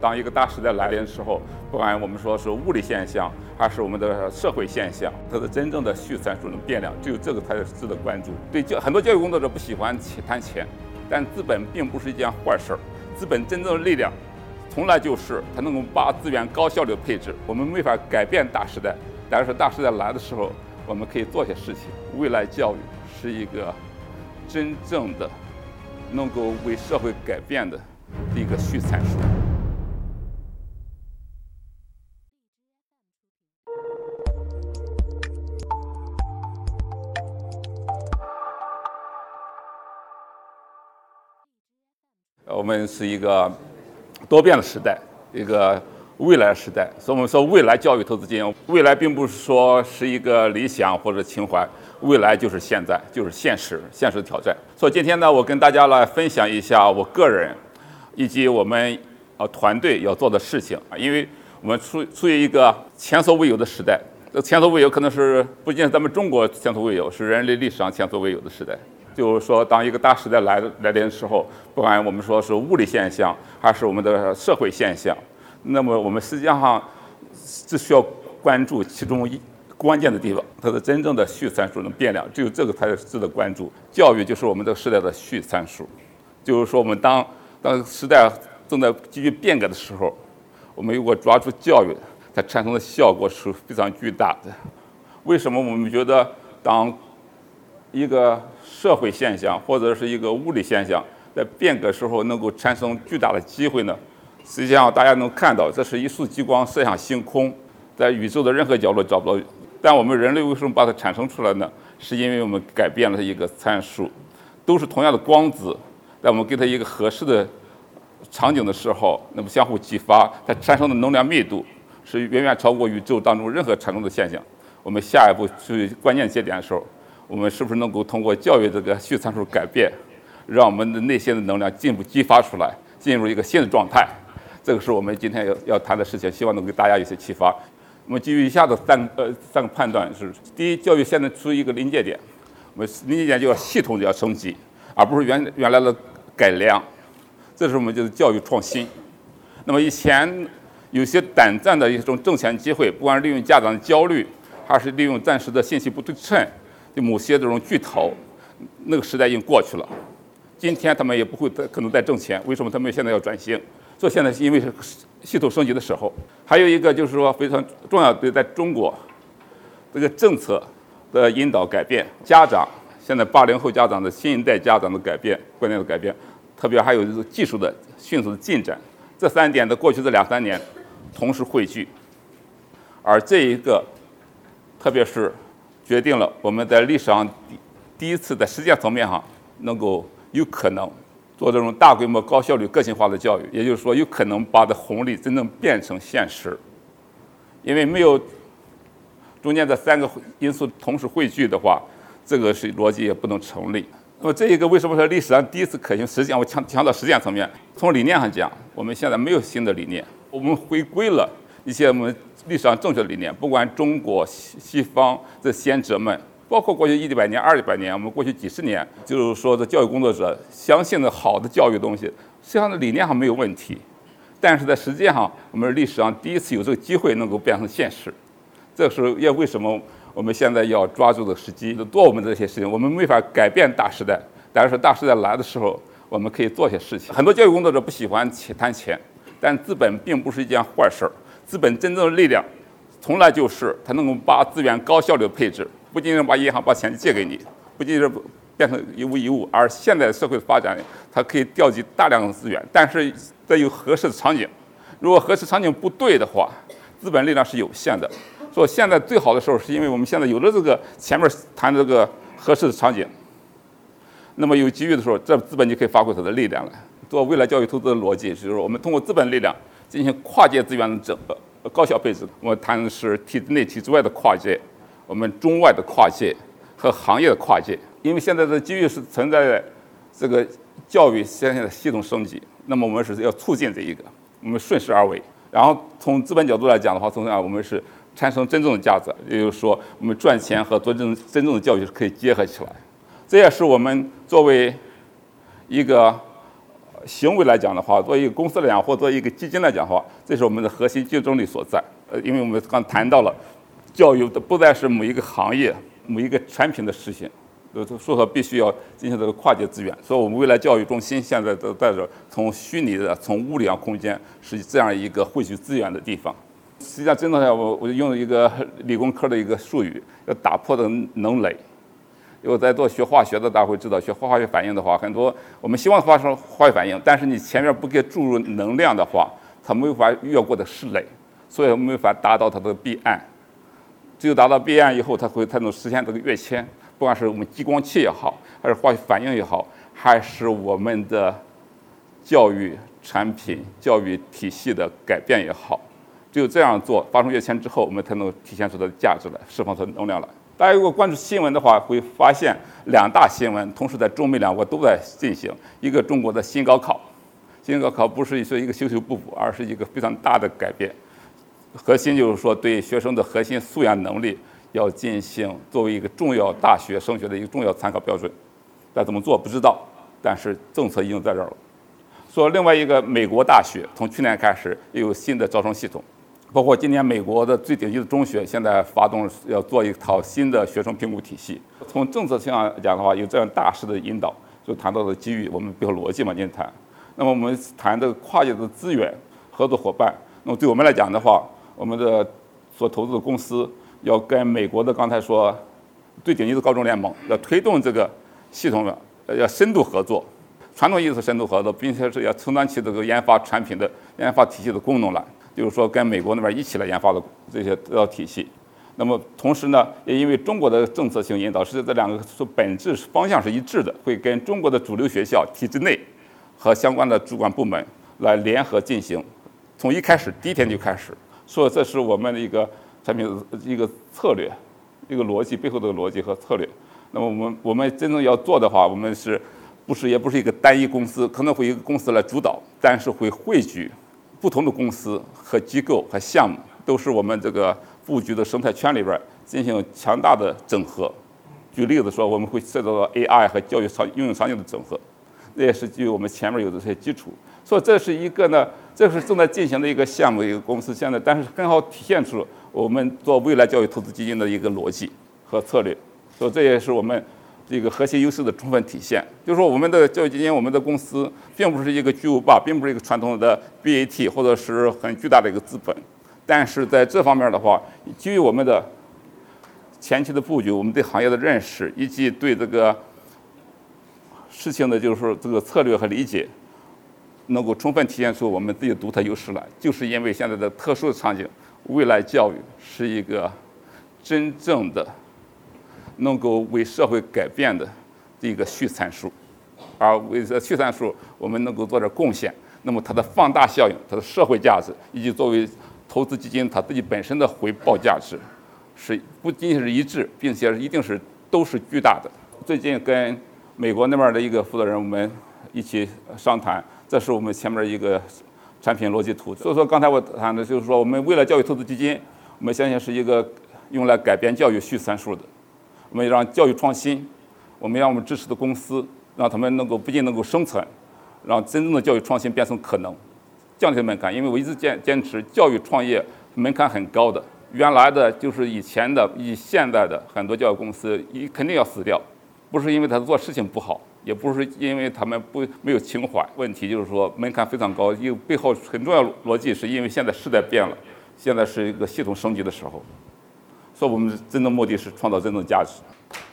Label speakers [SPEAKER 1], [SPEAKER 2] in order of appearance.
[SPEAKER 1] 当一个大时代来临的时候，不管我们说是物理现象，还是我们的社会现象，它的真正的虚参数的变量，只有这个才是值得关注。很多教育工作者不喜欢谈钱，但资本并不是一件坏事儿。资本真正的力量，从来就是它能够把资源高效率的配置。我们没法改变大时代，但是大时代来的时候，我们可以做些事情。未来教育是一个真正的能够为社会改变的一个虚参数。我们是一个多变的时代，一个未来时代，所以我们说未来教育投资金，未来并不是说是一个理想或者情怀，未来就是现在，就是现实的挑战。所以今天呢，我跟大家来分享一下我个人以及我们团队要做的事情。因为我们处于一个前所未有的时代，这前所未有可能是不仅是咱们中国前所未有，是人类历史上前所未有的时代。就是说，当一个大时代来临的时候，不管我们说是物理现象，还是我们的社会现象，那么我们实际上只需要关注其中关键的地方，它的真正的虚参数的变量，只有这个才是值得关注。教育就是我们这个时代的虚参数，就是说我们当时代正在急剧变革的时候，我们如果抓住教育，它产生的效果是非常巨大的。为什么我们觉得当一个社会现象或者是一个物理现象在变革时候能够产生巨大的机会呢？实际上大家能看到，这是一束激光射向星空，在宇宙的任何角落找不到。但我们人类为什么把它产生出来呢？是因为我们改变了一个参数，都是同样的光子，在我们给它一个合适的场景的时候，那么相互激发，它产生的能量密度是远远超过宇宙当中任何产生的现象。我们下一步去关键节点的时候，我们是不是能够通过教育这个虚参数改变，让我们的内心的能量进一步激发出来，进入一个新的状态？这个是我们今天要谈的事情，希望能给大家一些启发。我们基于以下的三个判断是：第一，教育现在处于一个临界点，我们临界点就要系统的要升级，而不是原来的改良。这是我们就是教育创新。那么以前有些短暂的一种挣钱机会，不管是利用家长的焦虑，还是利用暂时的信息不对称，就某些这种巨头，那个时代已经过去了。今天他们也不会可能再挣钱，为什么他们现在要转型？所以现在是因为是系统升级的时候。还有一个就是说非常重要的，在中国这个政策的引导改变，家长现在80后家长的新一代家长的改变，观念的改变，特别还有就是技术的迅速的进展，这3点在过去这2-3年同时汇聚，而这一个特别是决定了我们在历史上第一次在实践层面上能够有可能做这种大规模高效率个性化的教育，也就是说有可能把这红利真正变成现实。因为没有中间这3个因素同时汇聚的话，这个是逻辑也不能成立。那么这一个为什么说历史上第一次可行实践？我强调实践层面，从理念上讲，我们现在没有新的理念，我们回归了一些我们历史上正确的理念，不管中国、西方这先哲们，包括过去100年、200年，我们过去几十年，就是说这教育工作者相信的好的教育东西，实际上的理念上没有问题，但是在实践上，我们历史上第一次有这个机会能够变成现实。这是也为什么我们现在要抓住这个时机做我们这些事情。我们没法改变大时代，但是大时代来的时候，我们可以做些事情。很多教育工作者不喜欢谈钱，但资本并不是一件坏事儿。资本真正的力量，从来就是它能够把资源高效率的配置，不仅是把银行把钱借给你，不仅是变成一物一物，而现在社会的发展，它可以调集大量的资源，但是得有合适的场景。如果合适场景不对的话，资本力量是有限的。所以现在最好的时候，是因为我们现在有了这个前面谈这个合适的场景，那么有机遇的时候，这资本就可以发挥它的力量了。做未来教育投资的逻辑，就是我们通过资本力量进行跨界资源的高效配置。我们谈的是体制内、体制外的跨界，我们中外的跨界和行业的跨界。因为现在的机遇是存在在这个教育现在的系统升级，那么我们是要促进这一个，我们顺势而为。然后从资本角度来讲的话，从我们是产生真正的价值，也就是说，我们赚钱和做真正的教育是可以结合起来。这也是我们作为一个行为来讲的话，作为一个公司来讲，或作为一个基金来讲的话，这是我们的核心竞争力所在。因为我们刚谈到了，教育的不再是某一个行业、某一个产品的实现，说必须要进行这个跨界资源。所以，我们未来教育中心现在都在这从虚拟的、从物理上空间是这样一个汇聚资源的地方。实际上，真的我用一个理工科的一个术语，要打破的能垒。因为在做学化学的，大家会知道，学化学反应的话，很多我们希望发生化学反应，但是你前面不给注入能量的话，它没有法越过的是垒，所以没有法达到它的彼岸。只有达到彼岸以后，才能实现这个跃迁。不管是我们激光器也好，还是化学反应也好，还是我们的教育产品、教育体系的改变也好，只有这样做，发生跃迁之后，我们才能体现出它的价值来，释放出能量来。大家如果关注新闻的话，会发现2大新闻同时在中美两国都在进行。一个中国的新高考，新高考不是说一个修修补补，而是一个非常大的改变。核心就是说，对学生的核心素养能力要进行作为一个重要大学升学的一个重要参考标准。但怎么做不知道，但是政策已经在这儿了。说另外一个美国大学从去年开始又有新的招生系统。包括今年美国的最顶级的中学现在发动要做一套新的学生评估体系。从政策上讲的话，有这样大势的引导，就谈到了机遇，我们背后逻辑嘛，今天谈。那么我们谈这个跨界的资源合作伙伴，那么对我们来讲的话，我们的所投资的公司要跟美国的刚才说最顶级的高中联盟要推动这个系统要深度合作。传统意义的深度合作，并且是要承担起这个研发产品的研发体系的功能来。就是说，跟美国那边一起来研发的这些体系。那么同时呢，也因为中国的政策性引导，是这2个本质方向是一致的，会跟中国的主流学校体制内和相关的主管部门来联合进行。从第一天就开始，说这是我们的一个产品的一个策略，一个逻辑背后的逻辑和策略。那么我们真正要做的话，我们也不是一个单一公司，可能会一个公司来主导，但是会汇聚不同的公司和机构和项目，都是我们这个布局的生态圈里边进行强大的整合。举例子说，我们会涉及到 AI 和教育应用场景的整合，这也是基于我们前面有的这些基础。所以这是一个呢，这是正在进行的一个项目，一个公司现在，但是很好体现出我们做未来教育投资基金的一个逻辑和策略。所以这也是我们这个核心优势的充分体现。就是说，我们的教育基金，我们的公司并不是一个巨无霸，并不是一个传统的 BAT 或者是很巨大的一个资本，但是在这方面的话，基于我们的前期的布局，我们对行业的认识，以及对这个事情的就是说这个策略和理解，能够充分体现出我们自己的独特优势来。就是因为现在的特殊的场景，未来教育是一个真正的能够为社会改变的一个续参数，而为这续参数我们能够做点贡献，那么它的放大效应、它的社会价值，以及作为投资基金它自己本身的回报价值，是不仅仅是一致，并且一定都是巨大的。最近跟美国那边的一个负责人我们一起商谈，这是我们前面一个产品逻辑图。所以说刚才我谈的就是说，我们未来教育投资基金，我们相信是一个用来改变教育续参数的。我们让教育创新，我们让我们支持的公司，让他们不仅能够生存，让真正的教育创新变成可能，降低门槛。因为我一直坚持教育创业门槛很高的，原来的就是以现在的很多教育公司肯定要死掉，不是因为他做事情不好，也不是因为他们没有情怀，问题就是说门槛非常高，因为背后很重要的逻辑是因为现在时代变了，现在是一个系统升级的时候。所以我们真正目的是创造真正价值。